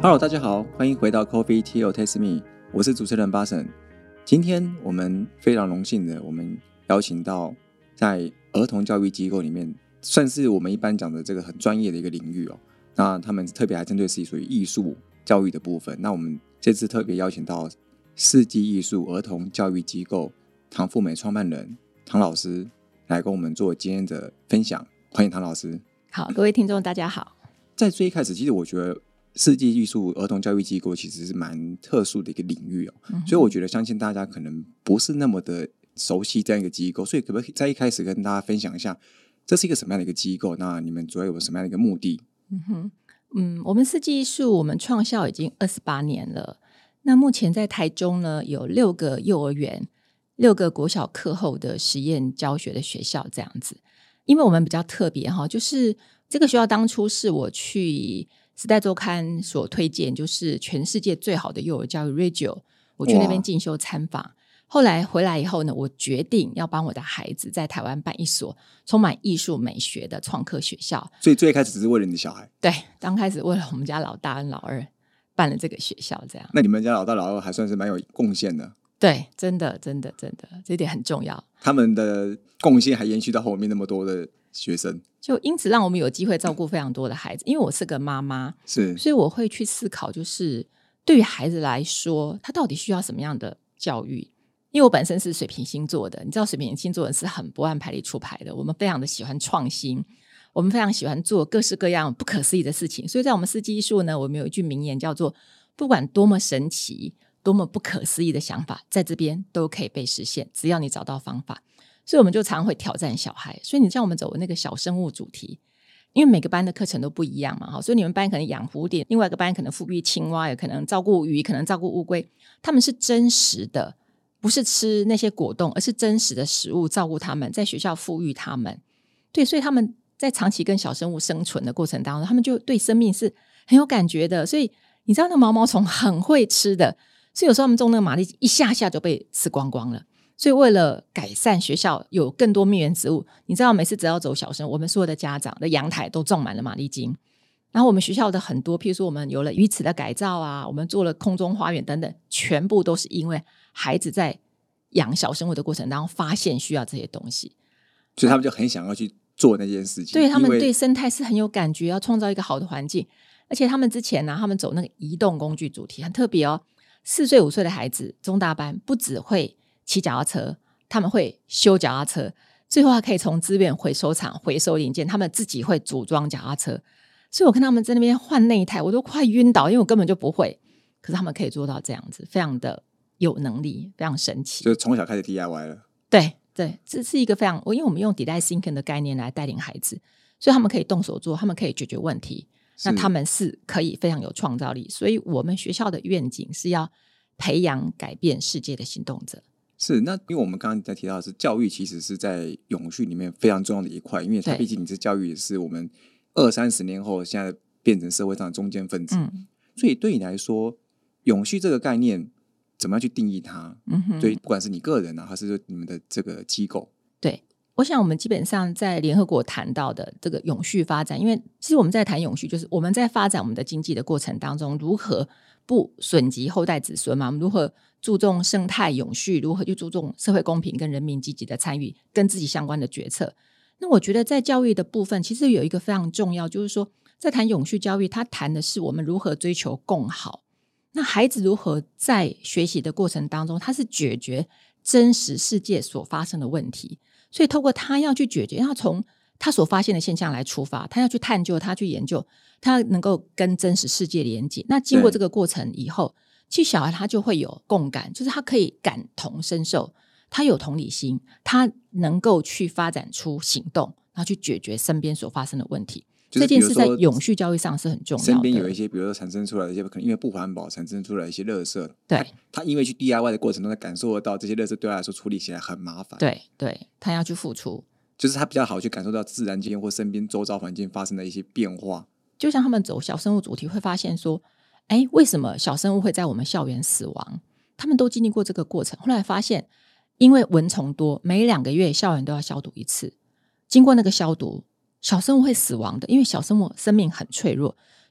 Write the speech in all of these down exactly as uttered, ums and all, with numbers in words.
Hello， 大家好，欢迎回到 Coffee Tea or Taste Me， 我是主持人巴神。今天我们非常荣幸的，我们邀请到在儿童教育机构里面，算是我们一般讲的这个很专业的一个领域哦。那他们特别还针对是属于艺术教育的部分。那我们这次特别邀请到世纪艺术儿童教育机构唐富美创办人唐老师来跟我们做今天的分享。欢迎唐老师。 好，各位听众大家好。在最一开始，其实我觉得世纪艺术儿童教育机构其实是蛮特殊的一个领域哦，嗯、所以我觉得相信大家可能不是那么的熟悉这样一个机构，所以可不可以在一开始跟大家分享一下，这是一个什么样的一个机构？那你们主要有什么样的一个目的？ 嗯哼，嗯，我们世纪艺术我们创校已经二十八年了。那目前在台中呢，有六个幼儿园、六个国小课后的实验教学的学校这样子。因为我们比较特别哈，就是这个学校当初是我去时代周刊所推荐，就是全世界最好的幼儿教育 Radio， 我去那边进修参访。后来回来以后呢，我决定要帮我的孩子在台湾办一所充满艺术美学的创客学校。 所以最开始只是为了你的小孩？ 对，刚开始为了我们家老大跟老二办了这个学校这样。 那你们家老大老二还算是蛮有贡献的。 对，真的真的真的，这一点很重要。 他们的贡献还延续到后面那么多的学生， 就因此让我们有机会照顾非常多的孩子。因为我是个妈妈， 是， 所以我会去思考，就是对于孩子来说，他到底需要什么样的教育。因为我本身是水瓶星座的，你知道水瓶星座人是很不按牌理出牌的，我们非常的喜欢创新，我们非常喜欢做各式各样不可思议的事情。所以在我们世纪艺术呢，我们有一句名言叫做，不管多么神奇多么不可思议的想法，在这边都可以被实现，只要你找到方法。所以我们就常常会挑战小孩。所以你像我们走的那个小生物主题，因为每个班的课程都不一样嘛，所以你们班可能养蝴蝶，另外一个班可能复育青蛙，有可能照顾鱼，可能照顾乌龟。他们是真实的，不是吃那些果冻，而是真实的食物照顾他们，在学校富裕他们。对，所以他们在长期跟小生物生存的过程当中，他们就对生命是很有感觉的。所以你知道那毛毛虫很会吃的，所以有时候他们种那个马铃一下下就被吃光光了。所以为了改善学校有更多蜜源植物，你知道每次只要走小生，我们所有的家长的阳台都种满了马铃精。然后我们学校的很多，譬如说我们有了鱼池的改造啊，我们做了空中花园等等，全部都是因为孩子在养小生物的过程当中发现需要这些东西， 所以他们就很想要去做那件事情。 对，他们对生态是很有感觉，要创造一个好的环境。而且他们之前呢、啊，他们走那个移动工具主题很特别哦。四岁五岁的孩子中大班不只会骑脚踏车，他们会修脚踏车，最后还可以从资源回收厂回收零件，他们自己会组装脚踏车。所以我看他们在那边换那一台我都快晕倒，因为我根本就不会，可是他们可以做到这样子，非常的有能力，非常神奇， 就是从小开始 D I Y 了。 对对，这是一个非常，因为我们用 Design Thinking 的概念来带领孩子，所以他们可以动手做，他们可以解决问题，那他们是可以非常有创造力。所以我们学校的愿景是要培养改变世界的行动者。 是，那因为我们刚刚在提到的是教育其实是在永续里面非常重要的一块，因为它毕竟你这教育也是我们二三十年后现在变成社会上的中坚分子、嗯、所以对你来说永续这个概念怎么样去定义它？嗯哼，对，不管是你个人啊还是你们的这个机构。 对，我想我们基本上在联合国谈到的这个永续发展，因为其实我们在谈永续就是我们在发展我们的经济的过程当中如何不损及后代子孙嘛，我们如何注重生态永续，如何去注重社会公平跟人民积极的参与跟自己相关的决策。那我觉得在教育的部分其实有一个非常重要，就是说在谈永续教育，它谈的是我们如何追求共好，那孩子如何在学习的过程当中他是解决真实世界所发生的问题，所以透过他要去解决，要从他所发现的现象来出发，他要去探究，他去研究，他能够跟真实世界连接。那经过这个过程以后，其实小孩他就会有共感，就是他可以感同身受，他有同理心，他能够去发展出行动，然后去解决身边所发生的问题。这件事在永续教育上是很重要的。 身边有一些比如说产生出来的一些可能因为不环保产生出来的一些垃圾， 对， 他, 他因为去 D I Y 的过程中他感受得到这些垃圾对他来说处理起来很麻烦， 对对，他要去付出， 就是他比较好去感受到自然界或身边周遭环境发生的一些变化。 就像他们走小生物主题会发现说，哎，为什么小生物会在我们校园死亡？他们都经历过这个过程，后来发现因为蚊虫多，每两个月校园都要消毒一次，经过那个消毒小生物会死亡的，因为小生物生命很脆弱，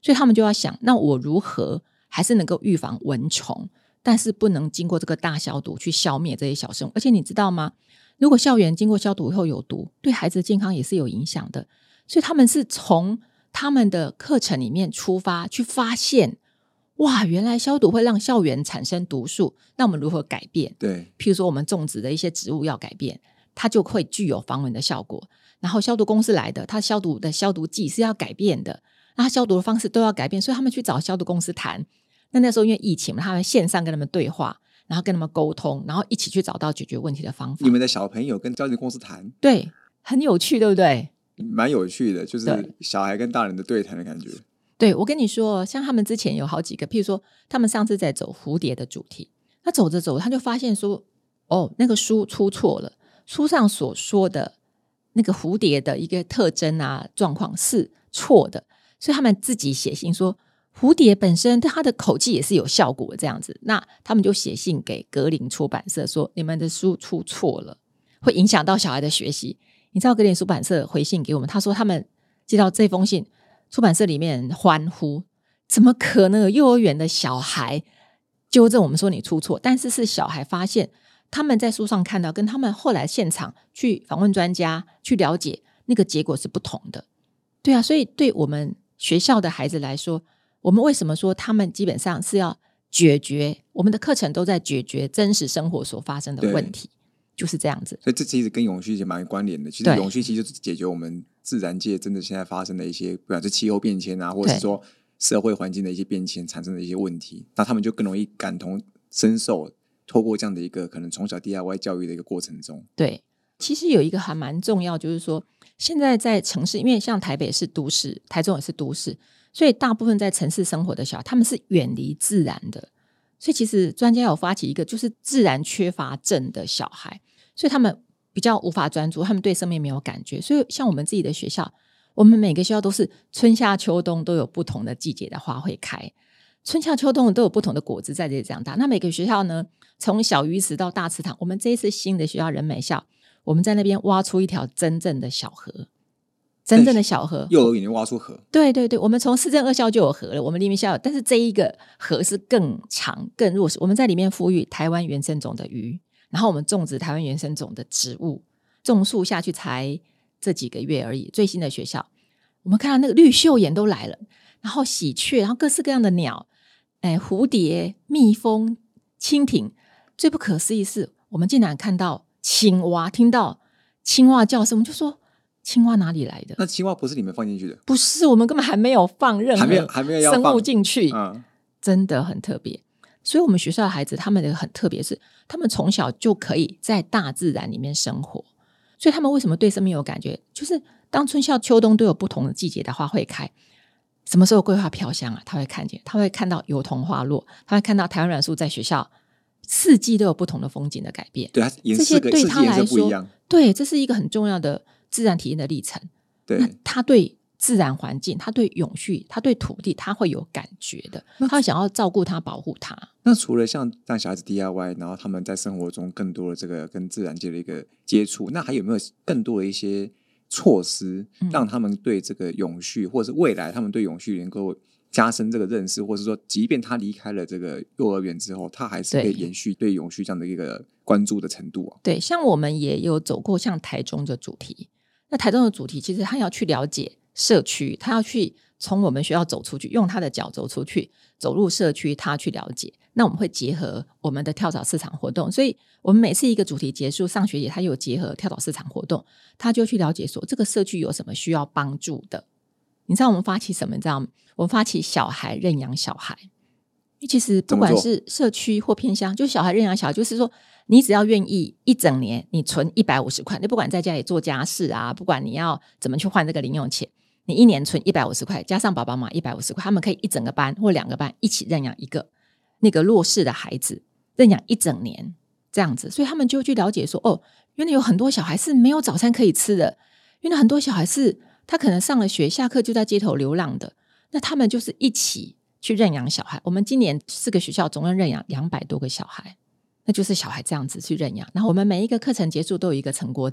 所以他们就要想，那我如何还是能够预防蚊虫，但是不能经过这个大消毒去消灭这些小生物。而且你知道吗，如果校园经过消毒以后有毒，对孩子的健康也是有影响的。所以他们是从他们的课程里面出发去发现，哇，原来消毒会让校园产生毒素，那我们如何改变？ 对， 譬如说我们种植的一些植物要改变，它就会具有防蚊的效果。然后消毒公司来的，它消毒的消毒剂是要改变的，那它消毒的方式都要改变，所以他们去找消毒公司谈。那那时候因为疫情，他们线上跟他们对话，然后跟他们沟通，然后一起去找到解决问题的方法。 你们的小朋友跟消毒公司谈， 对，很有趣，对不对？ 蛮有趣的，就是小孩跟大人的对谈的感觉。 对，我跟你说，像他们之前有好几个，譬如说他们上次在走蝴蝶的主题，他走着走他就发现说，哦，那个书出错了，书上所说的那个蝴蝶的一个特征啊状况是错的，所以他们自己写信说蝴蝶本身它的口技也是有效果的这样子。那他们就写信给格林出版社说，你们的书出错了，会影响到小孩的学习。你知道格林出版社回信给我们，他说他们接到这封信，出版社里面欢呼，怎么可能有幼儿园的小孩纠正我们说你出错？但是是小孩发现他们在书上看到跟他们后来现场去访问专家去了解那个结果是不同的。对啊，所以对我们学校的孩子来说，我们为什么说他们基本上是要解决，我们的课程都在解决真实生活所发生的问题，就是这样子。 所以这其实跟永续也蛮关联的。其实永续其实就是解决我们自然界真的现在发生的一些，不管是气候变迁啊，或者是说社会环境的一些变迁产生的一些问题，那他们就更容易感同身受，透过这样的一个可能从小 D I Y 教育的一个过程中。 对，其实有一个还蛮重要，就是说现在在城市，因为像台北是都市，台中也是都市，所以大部分在城市生活的小孩他们是远离自然的。所以其实专家有发起一个就是自然缺乏症的小孩，所以他们比较无法专注，他们对生命没有感觉。所以像我们自己的学校，我们每个学校都是春夏秋冬都有不同的季节的花会开，春夏秋冬都有不同的果子在这里长大。那每个学校呢，从小鱼池到大池塘，我们这一次新的学校人美校，我们在那边挖出一条真正的小河，真正的小河， 幼儿园挖出河。 对对对，我们从市政二校就有河了，我们黎明校有，但是这一个河是更长更弱势。我们在里面孵育台湾原生种的鱼，然后我们种植台湾原生种的植物，种树下去才这几个月而已。最新的学校，我们看到那个绿袖眼都来了，然后喜鹊，然后各式各样的鸟，哎，蝴蝶、蜜蜂、蜻蜓。最不可思议是，我们竟然看到青蛙，听到青蛙叫声，我们就说青蛙哪里来的？ 那青蛙不是你们放进去的？ 不是，我们根本还没有放任何生物进去， 嗯、 真的很特别。所以我们学校的孩子他们的很特别，是他们从小就可以在大自然里面生活，所以他们为什么对生命有感觉，就是当春夏秋冬都有不同的季节的花会开，什么时候桂花飘香啊，他会看见，他会看到油桐花落，他会看到台湾栾树在学校四季都有不同的风景的改变。 对， 这些对他来说，对，这是一个很重要的自然体验的历程。 对， 那他对自然环境，他对永续，他对土地，他会有感觉的，他会想要照顾他，保护他。 那除了像让小孩子 D I Y， 然后他们在生活中更多的这个跟自然界的一个接触，那还有没有更多的一些措施，让他们对这个永续，或者是未来他们对永续能够加深这个认识，或者是说即便他离开了这个幼儿园之后，他还是可以延续对永续这样的一个关注的程度啊？ 对，像我们也有走过像台中的主题，那台中的主题其实他要去了解社区，他要去从我们学校走出去，用他的脚走出去，走入社区，他去了解。那我们会结合我们的跳蚤市场活动，所以我们每次一个主题结束，上学期他有结合跳蚤市场活动，他就去了解说这个社区有什么需要帮助的。你知道我们发起什么？你知道吗？我们发起小孩认养小孩。因为其实不管是社区或偏乡，就小孩认养小孩，就是说你只要愿意一整年你存一百五十块，你不管在家里做家事啊，不管你要怎么去换这个零用钱，你一年存一百五十块，加上爸爸妈妈一百五十块，他们可以一整个班或两个班一起认养一个那个弱势的孩子，认养一整年这样子。所以他们就去了解说，哦，原来有很多小孩是没有早餐可以吃的，原来很多小孩是他可能上了学下课就在街头流浪的，那他们就是一起去认养小孩。我们今年四个学校总共认养两百多个小孩，那就是小孩这样子去认养。然后我们每一个课程结束都有一个成果展，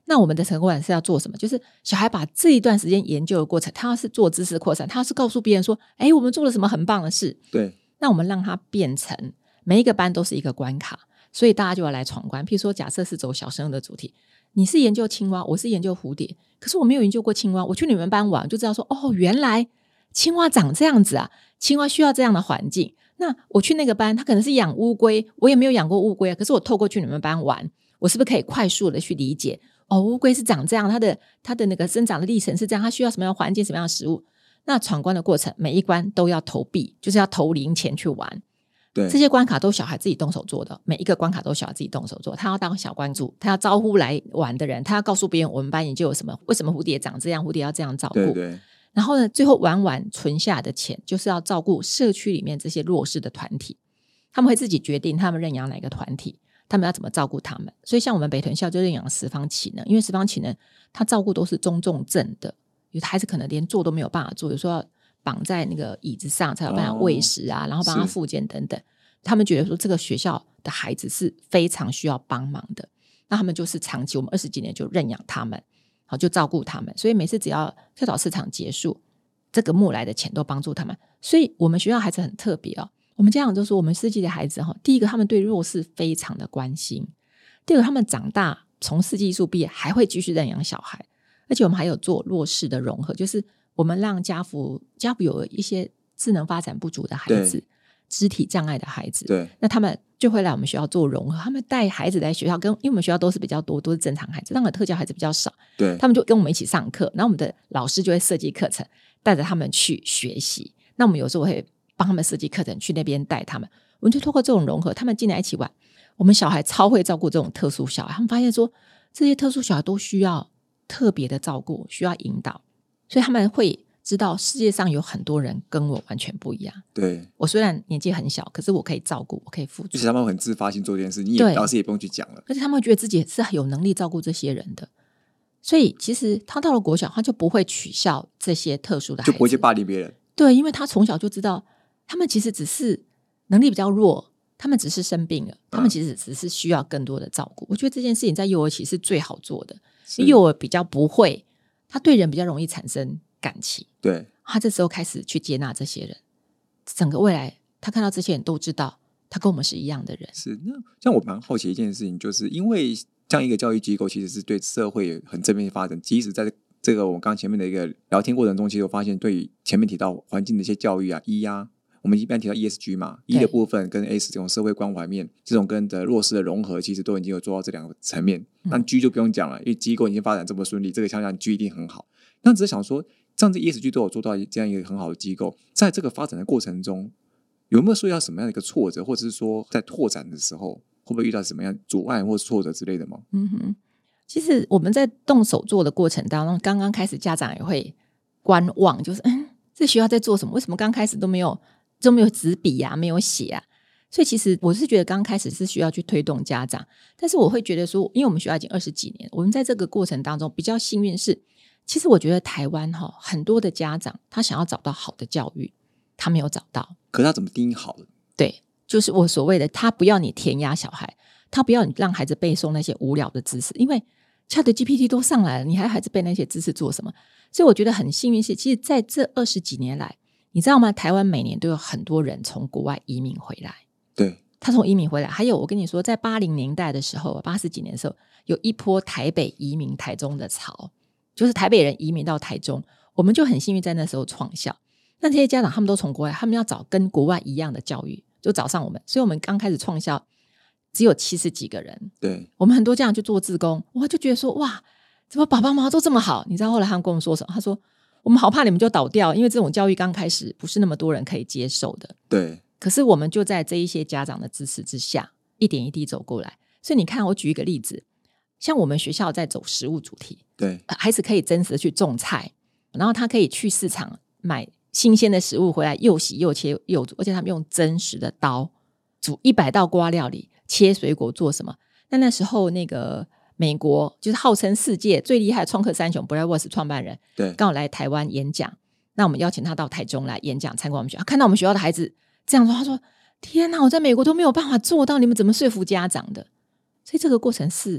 那我们的成果是要做什么？就是小孩把这一段时间研究的过程，他要是做知识扩散，他要是告诉别人说，哎，我们做了什么很棒的事。 对， 那我们让它变成每一个班都是一个关卡，所以大家就要来闯关。譬如说假设是走小生的主题，你是研究青蛙，我是研究蝴蝶，可是我没有研究过青蛙，我去你们班玩就知道说，哦，原来青蛙长这样子啊，青蛙需要这样的环境。那我去那个班，他可能是养乌龟，我也没有养过乌龟啊，可是我透过去你们班玩，我是不是可以快速的去理解，哦，乌龟是长这样，它的它的那个生长的历程是这样，它需要什么样的环境，什么样的食物。那闯关的过程，每一关都要投币，就是要投零钱去玩。 对， 这些关卡都小孩自己动手做的，每一个关卡都小孩自己动手做。他要当小关注，他要招呼来玩的人，他要告诉别人我们班研究有什么，为什么蝴蝶长这样，蝴蝶要这样照顾。 对对。 然后呢，最后玩完存下的钱，就是要照顾社区里面这些弱势的团体，他们会自己决定他们认养哪个团体，他们要怎么照顾他们。所以像我们北屯校就认养十方启能，因为十方启能他照顾都是中重症的，有的孩子可能连坐都没有办法坐，有时候要绑在那个椅子上才有办法喂食啊，哦、然后帮他复健等等。他们觉得说这个学校的孩子是非常需要帮忙的，那他们就是长期我们二十几年就认养他们，好就照顾他们，所以每次只要跳蚤市场结束，这个募来的钱都帮助他们。所以我们学校孩子很特别哦，我们家长都说我们四季的孩子，第一个他们对弱势非常的关心，第二个他们长大从四季艺术毕业还会继续认养小孩，而且我们还有做弱势的融合，就是我们让家福家福有一些智能发展不足的孩子，肢体障碍的孩子， 对， 那他们就会来我们学校做融合，他们带孩子来学校跟，因为我们学校都是比较多都是正常孩子，让特教孩子比较少， 对， 他们就跟我们一起上课，然后我们的老师就会设计课程带着他们去学习，那我们有时候会帮他们设计课程去那边带他们，我们就透过这种融合，他们进来一起玩，我们小孩超会照顾这种特殊小孩，他们发现说这些特殊小孩都需要特别的照顾，需要引导，所以他们会知道世界上有很多人跟我完全不一样。 对， 我虽然年纪很小，可是我可以照顾，我可以付出。 而且他们很自发性做这件事，你也老师也不用去讲了。 而且他们会觉得自己是有能力照顾这些人的，所以其实他到了国小，他就不会取笑这些特殊的孩子， 就不会去霸凌别人。 对，因为他从小就知道，他们其实只是能力比较弱，他们只是生病了，他们其实只是需要更多的照顾。嗯、我觉得这件事情在幼儿期是最好做的，因为幼儿比较不会，他对人比较容易产生感情。 对， 他这时候开始去接纳这些人，整个未来他看到这些人都知道他跟我们是一样的人。 是，那像我蛮好奇一件事情，就是因为这样一个教育机构其实是对社会很正面发展，即使在这个我刚刚前面的一个聊天过程中，其实我发现对于前面提到环境的一些教育啊 E 啊，我们一般提到 E S G 嘛 E 的部分跟 S 这种社会关怀面，这种跟的弱势的融合，其实都已经有做到这两个层面。但 G 就不用讲了，因为机构已经发展这么顺利，这个想想 G 一定很好。那只是想说，这样子 E S G 都有做到这样一个很好的机构，在这个发展的过程中，有没有说要什么样的一个挫折，或者是说在拓展的时候会不会遇到什么样阻碍或挫折之类的吗？ 嗯哼，其实我们在动手做的过程当中，刚刚开始家长也会观望，就是嗯，这学校在做什么？为什么刚开始都没有都没有纸笔啊，没有写啊？所以其实我是觉得刚开始是需要去推动家长，但是我会觉得说，因为我们学校已经二十几年，我们在这个过程当中比较幸运是，其实我觉得台湾哈很多的家长他想要找到好的教育，他没有找到。 可是他怎么定义好的？ 对，就是我所谓的他不要你填鸭小孩，他不要你让孩子背诵那些无聊的知识，因为 ChatGPT 都上来了，你还孩子背那些知识做什么？所以我觉得很幸运是，其实在这二十几年来，你知道吗？台湾每年都有很多人从国外移民回来。 对， 他从移民回来，还有我跟你说，在八零年代的时候，八十几年的时候，有一波台北移民台中的潮，就是台北人移民到台中，我们就很幸运在那时候创校。那这些家长他们都从国外，他们要找跟国外一样的教育，就找上我们，所以我们刚开始创校只有七十几个人。 对， 我们很多家长去做志工，哇，就觉得说哇，怎么爸爸妈妈都这么好？你知道后来他们跟我们说什么？他说我们好怕你们就倒掉，因为这种教育刚开始不是那么多人可以接受的。 对， 可是我们就在这一些家长的支持之下，一点一滴走过来。所以你看，我举一个例子，像我们学校在走食物主题， 对， 孩子可以真实的去种菜，然后他可以去市场买新鲜的食物回来，又洗又切又煮，而且他们用真实的刀煮一百道瓜料理，切水果做什么？那那时候那个美国就是号称世界最厉害的创客三雄 Brad Walsh 创办人， 对， 刚好来台湾演讲，那我们邀请他到台中来演讲，参观我们学校，看到我们学校的孩子这样说，他说天哪，我在美国都没有办法做到，你们怎么说服家长的？所以这个过程是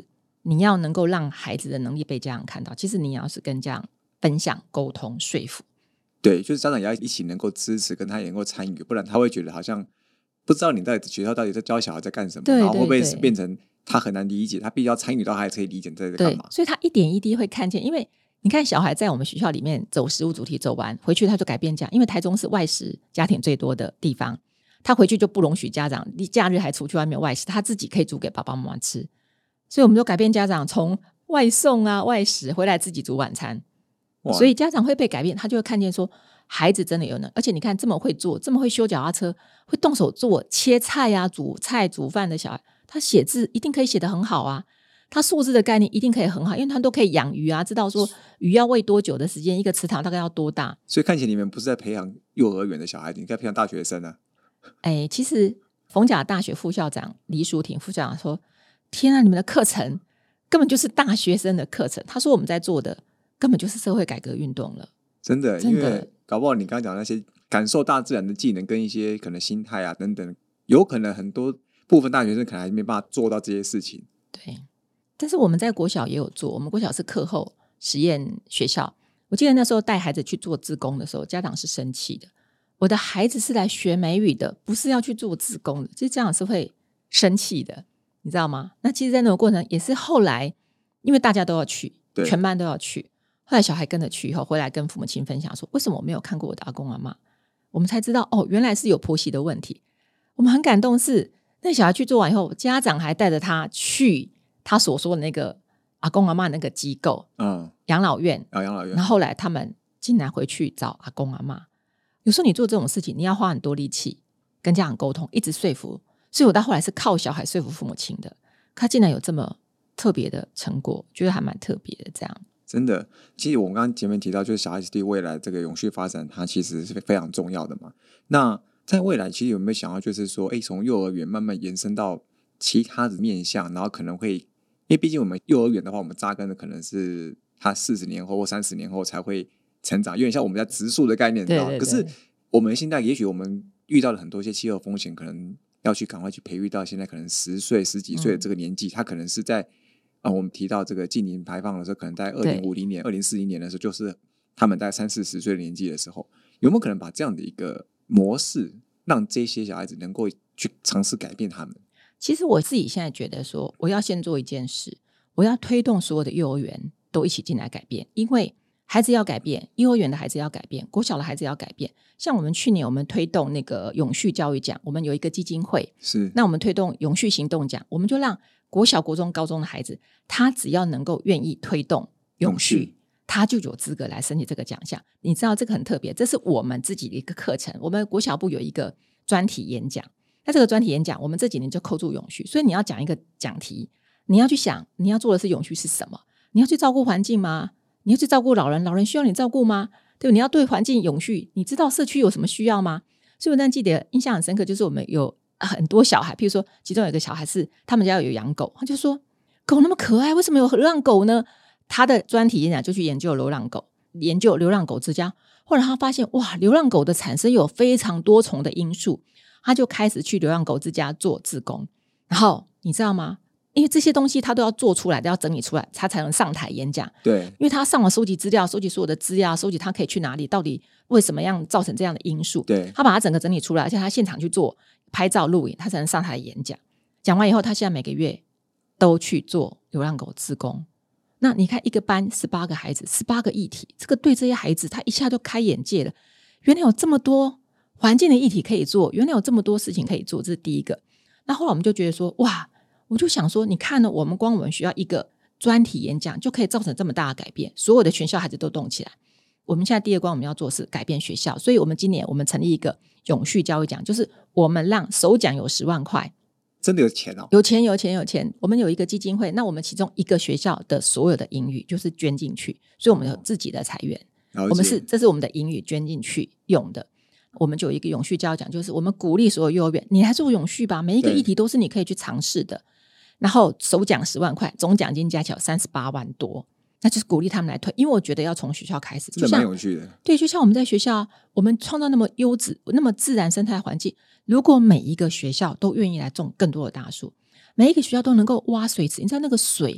你要能够让孩子的能力被家长看到，其实你要是跟家长分享、沟通、说服。 对，就是家长也要一起能够支持，跟他也能够参与，不然他会觉得好像不知道你在学校到底在教小孩在干什么， 对对对， 然后会不会变成他很难理解，他必须要参与到他才可以理解在干嘛。 对，所以他一点一滴会看见，因为你看小孩在我们学校里面走食物主题走完回去，他就改变价，因为台中是外食家庭最多的地方，他回去就不容许家长假日还出去外面外食，他自己可以煮给爸爸妈妈吃，所以我们就改变家长从外送啊外食回来自己煮晚餐，所以家长会被改变，他就会看见说孩子真的有能，而且你看这么会做，这么会修脚踏车，会动手做切菜啊煮菜煮饭的小孩，他写字一定可以写得很好啊，他数字的概念一定可以很好，因为他都可以养鱼啊，知道说鱼要喂多久的时间，一个池塘大概要多大。 所以看起来你们不是在培养幼儿园的小孩子，你在培养大学生啊。 哎，其实逢甲大学副校长黎淑婷副校长说，天啊，你们的课程根本就是大学生的课程，他说我们在做的根本就是社会改革运动了。 真的， 真的， 因为搞不好你刚刚讲的那些感受大自然的技能跟一些可能心态啊等等，有可能很多部分大学生可能还没办法做到这些事情。 对，但是我们在国小也有做，我们国小是课后实验学校，我记得那时候带孩子去做志工的时候，家长是生气的，我的孩子是来学美语的，不是要去做志工的，其实家长是会生气的，你知道吗？那其实在那个过程也是后来因为大家都要去，全班都要去，后来小孩跟着去以后回来跟父母亲分享说，为什么我没有看过我的阿公阿嬷，我们才知道哦，原来是有婆媳的问题。我们很感动是那小孩去做完以后，家长还带着他去他所说的那个阿公阿嬷那个机构，嗯，养老院啊，养老院。然后后来他们竟然回去找阿公阿嬷。有时候你做这种事情，你要花很多力气跟家长沟通，一直说服。所以我到后来是靠小孩说服父母亲的。他竟然有这么特别的成果，觉得还蛮特别的。这样真的，其实我们刚刚前面提到，就是小孩子对未来这个永续发展，它其实是非常重要的嘛。那在未来，其实有没有想要，就是说，哎，从幼儿园慢慢延伸到其他的面向，然后可能会，因为毕竟我们幼儿园的话，我们扎根的可能是他四十年后或三十年后才会成长，有点像我们在植树的概念，对对对。可是我们现在，也许我们遇到了很多一些气候风险，可能要去赶快去培育到现在可能十岁、十几岁的这个年纪，他、嗯、可能是在。啊、我们提到这个净零排放的时候，可能在二零五零年、二零四零年的时候，就是他们在三四十岁的年纪的时候，有没有可能把这样的一个模式，让这些小孩子能够去尝试改变他们？ 其实我自己现在觉得说，我要先做一件事，我要推动所有的幼儿园都一起进来改变，因为孩子要改变，幼儿园的孩子要改变，国小的孩子要改变。像我们去年我们推动那个永续教育奖，我们有一个基金会，是那我们推动永续行动奖，我们就让国小国中高中的孩子，他只要能够愿意推动永续, 永续他就有资格来申请这个奖项。你知道这个很特别，这是我们自己的一个课程，我们国小部有一个专题演讲，那这个专题演讲我们这几年就扣住永续，所以你要讲一个讲题，你要去想你要做的是永续是什么，你要去照顾环境吗？你要去照顾老人，老人需要你照顾吗？对，你要对环境永续，你知道社区有什么需要吗？所以我那记得印象很深刻，就是我们有很多小孩，譬如说其中有一个小孩是他们家有养狗，他就说狗那么可爱，为什么有流浪狗呢？他的专题演讲就去研究流浪狗，研究流浪狗之家，后来他发现哇，流浪狗的产生有非常多重的因素，他就开始去流浪狗之家做志工。然后你知道吗？因为这些东西他都要做出来，都要整理出来，他才能上台演讲。对，因为他上网收集资料，收集所有的资料，收集他可以去哪里，到底为什么样造成这样的因素。对，他把它整个整理出来，而且他现场去做拍照录影，他才能上台演讲。讲完以后，他现在每个月都去做流浪狗志工。那你看一个班十八个孩子，十八个议题，这个对这些孩子他一下就开眼界了，原来有这么多环境的议题可以做，原来有这么多事情可以做，这是第一个。那后来我们就觉得说，哇，我就想说，你看呢，我们光我们学校一个专题演讲就可以造成这么大的改变，所有的全校孩子都动起来。我们现在第二关我们要做的是改变学校，所以我们今年我们成立一个永续教育奖，就是我们让首奖有十万块。 真的有钱哦？ 有钱有钱有钱。我们有一个基金会，那我们其中一个学校的所有的盈余就是捐进去，所以我们有自己的财源，我们是这是我们的盈余捐进去用的。我们就有一个永续教育奖，就是我们鼓励所有幼儿园你来做永续吧，每一个议题都是你可以去尝试的，然后首奖十万块，总奖金加起来三十八万多，那就是鼓励他们来推，因为我觉得要从学校开始， 这蛮有趣的。 对，就像我们在学校我们创造那么优质那么自然生态环境，如果每一个学校都愿意来种更多的大树，每一个学校都能够挖水池，你知道那个水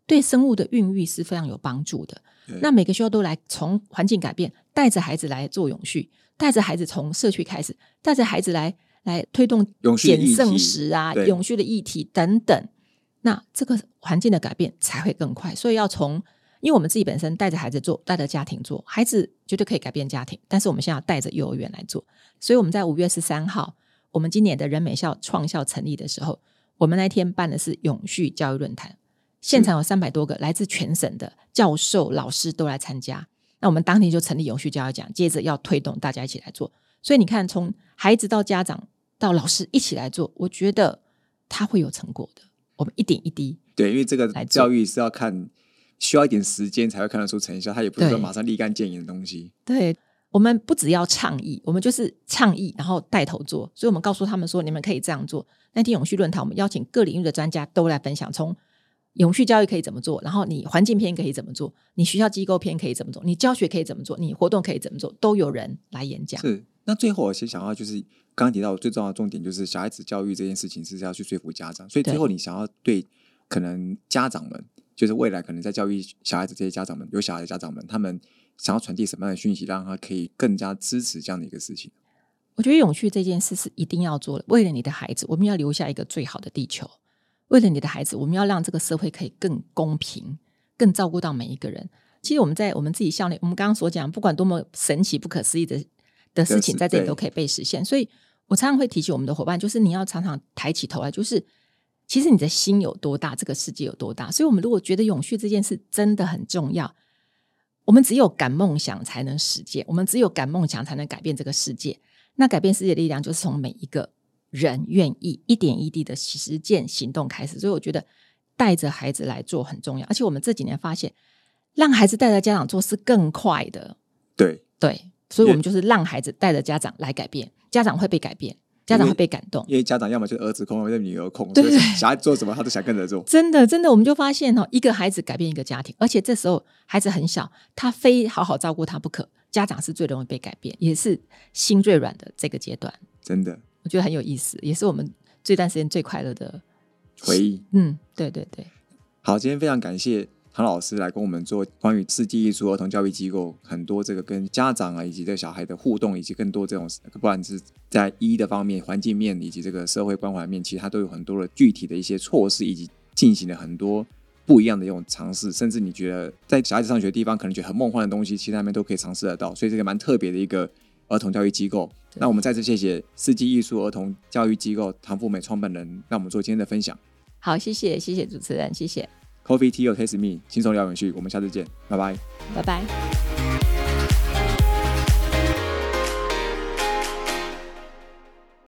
对生物的孕育是非常有帮助的。那每个学校都来从环境改变，带着孩子来做永续，带着孩子从社区开始，带着孩子来来推动减剩食啊、永续的议题等等，那这个环境的改变才会更快。所以要从，因为我们自己本身带着孩子做，带着家庭做，孩子绝对可以改变家庭，但是我们现在要带着幼儿园来做。所以我们在五月十三号，我们今年的人美校创校成立的时候，我们那天办的是永续教育论坛，现场有三百多个来自全省的教授老师都来参加。那我们当天就成立永续教育奖，接着要推动大家一起来做。所以你看，从孩子到家长到老师一起来做，我觉得他会有成果的。我们一点一滴， 对，因为这个教育是要看，需要一点时间才会看得出成效，它也不是说马上立竿见影的东西。 对，我们不只要倡议，我们就是倡议然后带头做。所以我们告诉他们说，你们可以这样做。那天永续论坛，我们邀请各领域的专家都来分享，从永续教育可以怎么做，然后你环境篇可以怎么做，你学校机构篇可以怎么做，你教学可以怎么做，你活动可以怎么做，都有人来演讲。 是，那最后我先想要就是刚刚提到最重要的重点，就是小孩子教育这件事情是要去说服家长，所以最后你想要对可能家长们，就是未来可能在教育小孩子这些家长们，有小孩的家长们，他们想要传递什么样的讯息，让他可以更加支持这样的一个事情？ 我觉得永续这件事是一定要做的，为了你的孩子，我们要留下一个最好的地球。为了你的孩子，我们要让这个社会可以更公平，更照顾到每一个人。其实我们在我们自己校内，我们刚刚所讲，不管多么神奇不可思议的的事情，在这里都可以被实现。所以我常常会提醒我们的伙伴，就是你要常常抬起头来，就是其实你的心有多大，这个世界有多大。所以我们如果觉得永续这件事真的很重要，我们只有敢梦想才能实践，我们只有敢梦想才能改变这个世界。那改变世界的力量就是从每一个人愿意一点一滴的实践行动开始。所以我觉得带着孩子来做很重要，而且我们这几年发现让孩子带着家长做是更快的。 对对，所以我们就是让孩子带着家长来改变，家长会被改变，家长会被感动。 因为家长要么就是儿子控，要么就是女儿控，所以小孩子做什么他都想跟着做。 真的真的，我们就发现、哦、一个孩子改变一个家庭，而且这时候孩子很小，他非好好照顾他不可，家长是最容易被改变，也是心最软的这个阶段。 真的我觉得很有意思，也是我们这段时间最快乐的回忆。 嗯，对对对。 好，今天非常感谢唐老师来跟我们做关于世纪艺术儿童教育机构很多这个跟家长啊以及这个小孩的互动，以及更多这种不管是在医的方面、环境面以及这个社会关怀面，其实它都有很多的具体的一些措施，以及进行了很多不一样的一种尝试。甚至你觉得在小孩子上学的地方可能觉得很梦幻的东西，其实那边都可以尝试得到，所以这个蛮特别的一个儿童教育机构。那我们再次谢谢世纪艺术儿童教育机构唐富美创办人让我们做今天的分享。 好，谢谢谢谢主持人，谢谢。 Coffee Tea or Taste Me 轻松聊永续，我们下次见，拜拜拜拜。